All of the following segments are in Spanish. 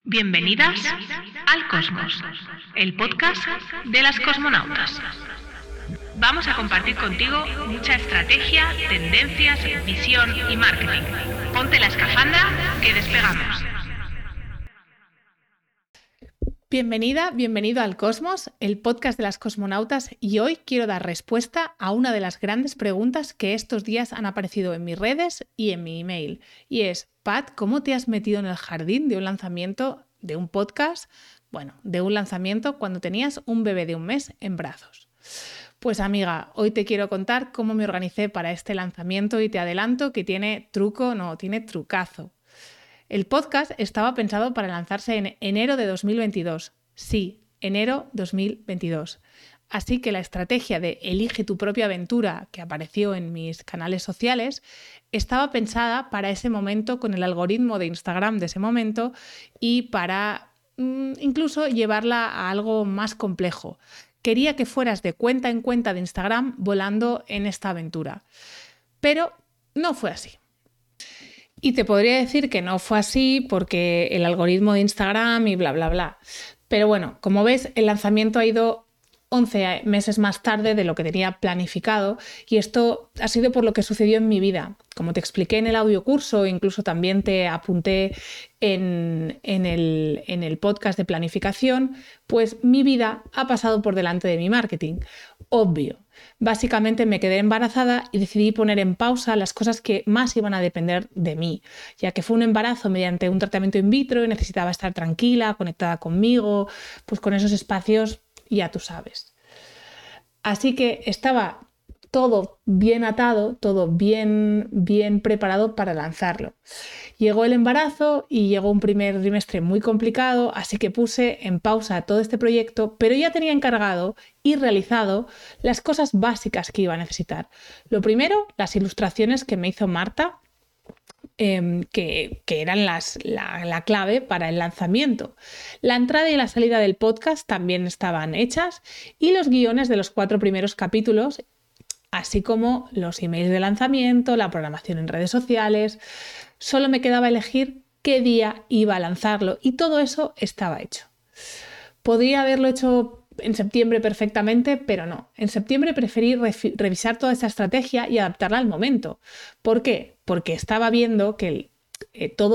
Bienvenidas al Cosmos, el podcast de las cosmonautas. Vamos a compartir contigo mucha estrategia, tendencias, visión y marketing. Ponte la escafandra que despegamos. Bienvenido al Cosmos, el podcast de las cosmonautas, y hoy quiero dar respuesta a una de las grandes preguntas que estos días han aparecido en mis redes y en mi email. Y es, Pat, ¿cómo te has metido en el jardín de un lanzamiento de un podcast? Bueno, de un lanzamiento cuando tenías un bebé de un mes en brazos. Pues amiga, hoy te quiero contar cómo me organicé para este lanzamiento y te adelanto que tiene trucazo. El podcast estaba pensado para lanzarse en enero de 2022. Sí, enero 2022. Así que la estrategia de Elige tu propia aventura, que apareció en mis canales sociales, estaba pensada para ese momento con el algoritmo de Instagram de ese momento y para incluso llevarla a algo más complejo. Quería que fueras de cuenta en cuenta de Instagram volando en esta aventura. Pero no fue así. Y te podría decir que no fue así porque el algoritmo de Instagram y bla, bla, bla. Pero bueno, como ves, el lanzamiento ha ido 11 meses más tarde de lo que tenía planificado y esto ha sido por lo que sucedió en mi vida. Como te expliqué en el audiocurso, incluso también te apunté en el podcast de planificación, pues mi vida ha pasado por delante de mi marketing. Obvio. Básicamente me quedé embarazada y decidí poner en pausa las cosas que más iban a depender de mí, ya que fue un embarazo mediante un tratamiento in vitro y necesitaba estar tranquila, conectada conmigo, pues con esos espacios ya tú sabes. Así que estaba todo bien atado, todo bien preparado para lanzarlo. Llegó el embarazo y llegó un primer trimestre muy complicado, así que puse en pausa todo este proyecto, pero ya tenía encargado y realizado las cosas básicas que iba a necesitar. Lo primero, las ilustraciones que me hizo Marta, que eran la clave para el lanzamiento. La entrada y la salida del podcast también estaban hechas y los guiones de los 4 primeros capítulos, así como los emails de lanzamiento, la programación en redes sociales. Solo me quedaba elegir qué día iba a lanzarlo y todo eso estaba hecho. Podría haberlo hecho en septiembre perfectamente, pero no. En septiembre preferí revisar toda esta estrategia y adaptarla al momento. ¿Por qué? Porque estaba viendo que todo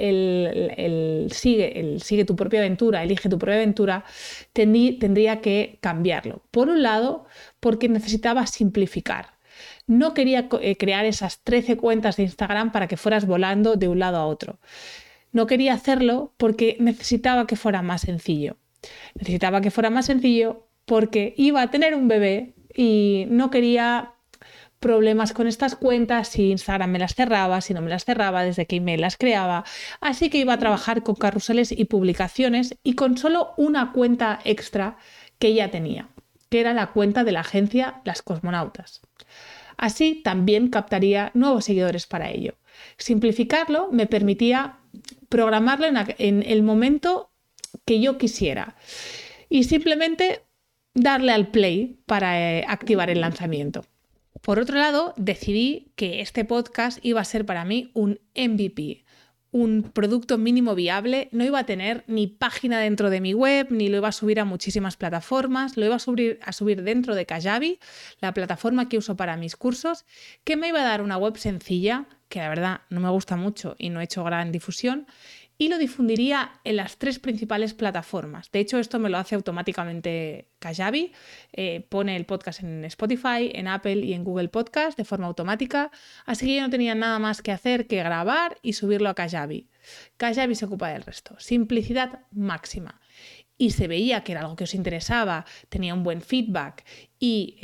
el sigue tu propia aventura, elige tu propia aventura, tendría que cambiarlo. Por un lado, porque necesitaba simplificar. No quería crear esas 13 cuentas de Instagram para que fueras volando de un lado a otro. No quería hacerlo porque necesitaba que fuera más sencillo. Necesitaba que fuera más sencillo porque iba a tener un bebé y no quería problemas con estas cuentas, si Instagram me las cerraba, si no me las cerraba, desde qué email las creaba. Así que iba a trabajar con carruseles y publicaciones y con solo una cuenta extra que ya tenía, que era la cuenta de la agencia Las Cosmonautas. Así también captaría nuevos seguidores para ello. Simplificarlo me permitía programarlo en el momento que yo quisiera y simplemente darle al play para activar el lanzamiento. Por otro lado, decidí que este podcast iba a ser para mí un MVP, un producto mínimo viable. No iba a tener ni página dentro de mi web, ni lo iba a subir a muchísimas plataformas, lo iba a subir dentro de Kajabi, la plataforma que uso para mis cursos, que me iba a dar una web sencilla, que la verdad no me gusta mucho y no he hecho gran difusión, y lo difundiría en las 3 principales plataformas. De hecho, esto me lo hace automáticamente Kajabi. Pone el podcast en Spotify, en Apple y en Google Podcast de forma automática. Así que yo no tenía nada más que hacer que grabar y subirlo a Kajabi. Kajabi se ocupa del resto. Simplicidad máxima. Y se veía que era algo que os interesaba, tenía un buen feedback y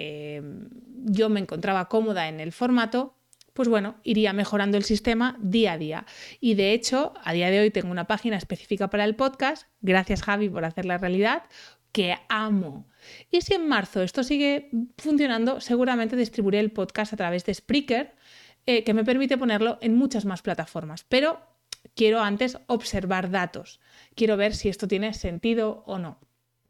yo me encontraba cómoda en el formato. Pues bueno, iría mejorando el sistema día a día. Y de hecho, a día de hoy tengo una página específica para el podcast, gracias Javi por hacerla realidad, que amo. Y si en marzo esto sigue funcionando, seguramente distribuiré el podcast a través de Spreaker, que me permite ponerlo en muchas más plataformas. Pero quiero antes observar datos. Quiero ver si esto tiene sentido o no.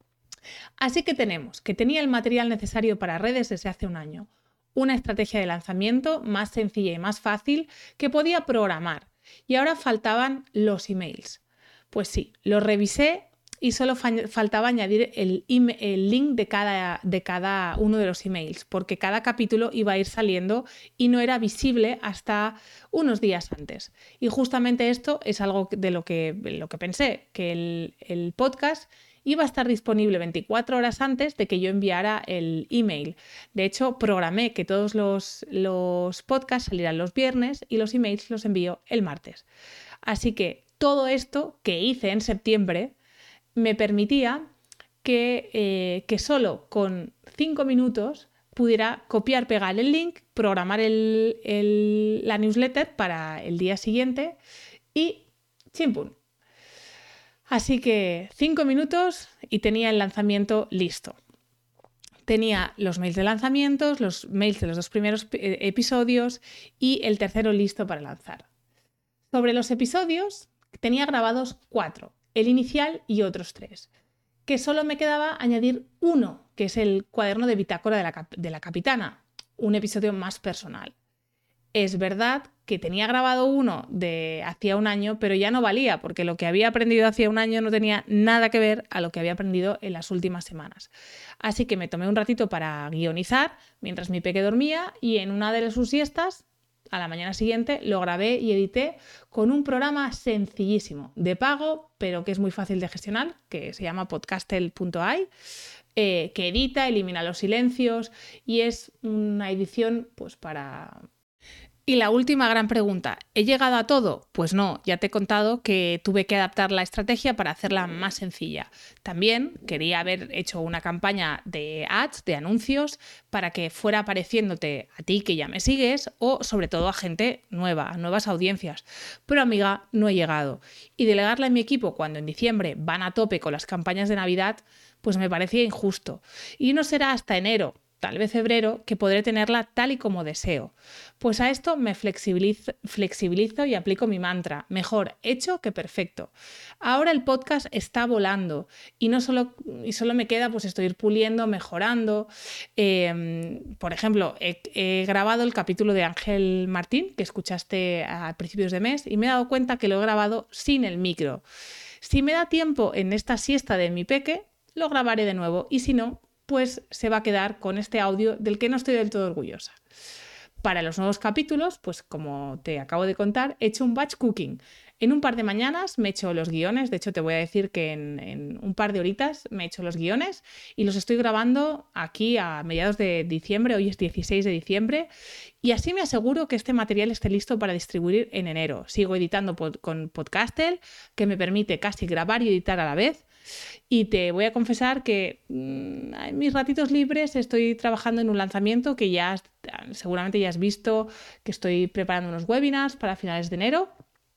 Así que tenemos que tenía el material necesario para redes desde hace un año. Una estrategia de lanzamiento más sencilla y más fácil que podía programar. Y ahora faltaban los emails. Pues sí, lo revisé y solo faltaba añadir el link de cada uno de los emails, porque cada capítulo iba a ir saliendo y no era visible hasta unos días antes. Y justamente esto es algo de lo que pensé, que el podcast iba a estar disponible 24 horas antes de que yo enviara el email. De hecho, programé que todos los podcasts salieran los viernes y los emails los envío el martes. Así que todo esto que hice en septiembre me permitía que solo con 5 minutos pudiera copiar, pegar el link, programar la newsletter para el día siguiente y ¡chimpún! Así que 5 minutos y tenía el lanzamiento listo. Tenía los mails de lanzamientos, los mails de los 2 primeros episodios y el tercero listo para lanzar. Sobre los episodios tenía grabados 4. El inicial y otros 3, que solo me quedaba añadir uno, que es el cuaderno de bitácora de la capitana, un episodio más personal. Es verdad que tenía grabado uno de hacía un año, pero ya no valía, porque lo que había aprendido hacía un año no tenía nada que ver a lo que había aprendido en las últimas semanas. Así que me tomé un ratito para guionizar mientras mi peque dormía y en una de sus siestas, a la mañana siguiente, lo grabé y edité con un programa sencillísimo, de pago, pero que es muy fácil de gestionar, que se llama podcastel.ai, que edita, elimina los silencios y es una edición pues para... Y la última gran pregunta, ¿he llegado a todo? Pues no, ya te he contado que tuve que adaptar la estrategia para hacerla más sencilla. También quería haber hecho una campaña de ads, de anuncios, para que fuera apareciéndote a ti que ya me sigues o sobre todo a gente nueva, a nuevas audiencias. Pero amiga, no he llegado. Y delegarla en mi equipo cuando en diciembre van a tope con las campañas de Navidad, pues me parecía injusto. Y no será hasta enero, tal vez febrero, que podré tenerla tal y como deseo. Pues a esto me flexibilizo y aplico mi mantra, mejor hecho que perfecto. Ahora el podcast está volando y solo me queda pues esto, ir puliendo, mejorando. Por ejemplo, he grabado el capítulo de Ángel Martín, que escuchaste a principios de mes, y me he dado cuenta que lo he grabado sin el micro. Si me da tiempo en esta siesta de mi peque, lo grabaré de nuevo y si no, pues se va a quedar con este audio del que no estoy del todo orgullosa. Para los nuevos capítulos, pues como te acabo de contar, he hecho un batch cooking. En un par de mañanas me he hecho los guiones, de hecho te voy a decir que en un par de horitas me he hecho los guiones y los estoy grabando aquí a mediados de diciembre, hoy es 16 de diciembre, y así me aseguro que este material esté listo para distribuir en enero. Sigo editando con Podcastel, que me permite casi grabar y editar a la vez. Y te voy a confesar que en mis ratitos libres estoy trabajando en un lanzamiento que seguramente ya has visto, que estoy preparando unos webinars para finales de enero.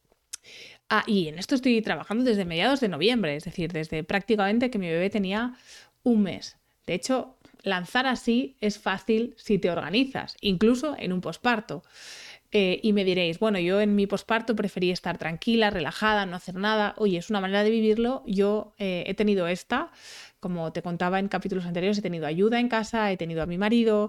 Y en esto estoy trabajando desde mediados de noviembre, es decir, desde prácticamente que mi bebé tenía un mes. De hecho, lanzar así es fácil si te organizas, incluso en un posparto. Y me diréis, bueno, yo en mi posparto preferí estar tranquila, relajada, no hacer nada. Oye, es una manera de vivirlo. Yo he tenido como te contaba en capítulos anteriores, he tenido ayuda en casa, he tenido a mi marido,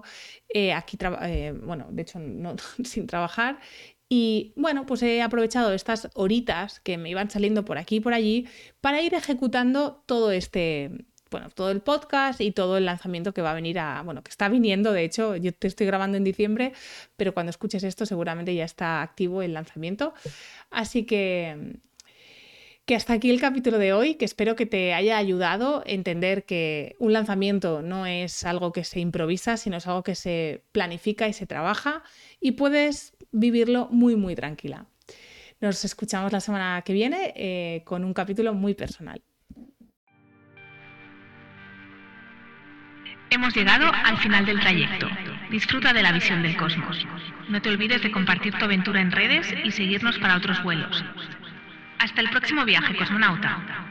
de hecho no, sin trabajar. Y bueno, pues he aprovechado estas horitas que me iban saliendo por aquí y por allí para ir ejecutando todo el podcast y todo el lanzamiento que va a venir que está viniendo. De hecho, yo te estoy grabando en diciembre, pero cuando escuches esto seguramente ya está activo el lanzamiento. Así que hasta aquí el capítulo de hoy, que espero que te haya ayudado a entender que un lanzamiento no es algo que se improvisa, sino es algo que se planifica y se trabaja y puedes vivirlo muy, muy tranquila. Nos escuchamos la semana que viene con un capítulo muy personal. Hemos llegado al final del trayecto. Disfruta de la visión del cosmos. No te olvides de compartir tu aventura en redes y seguirnos para otros vuelos. Hasta el próximo viaje, cosmonauta.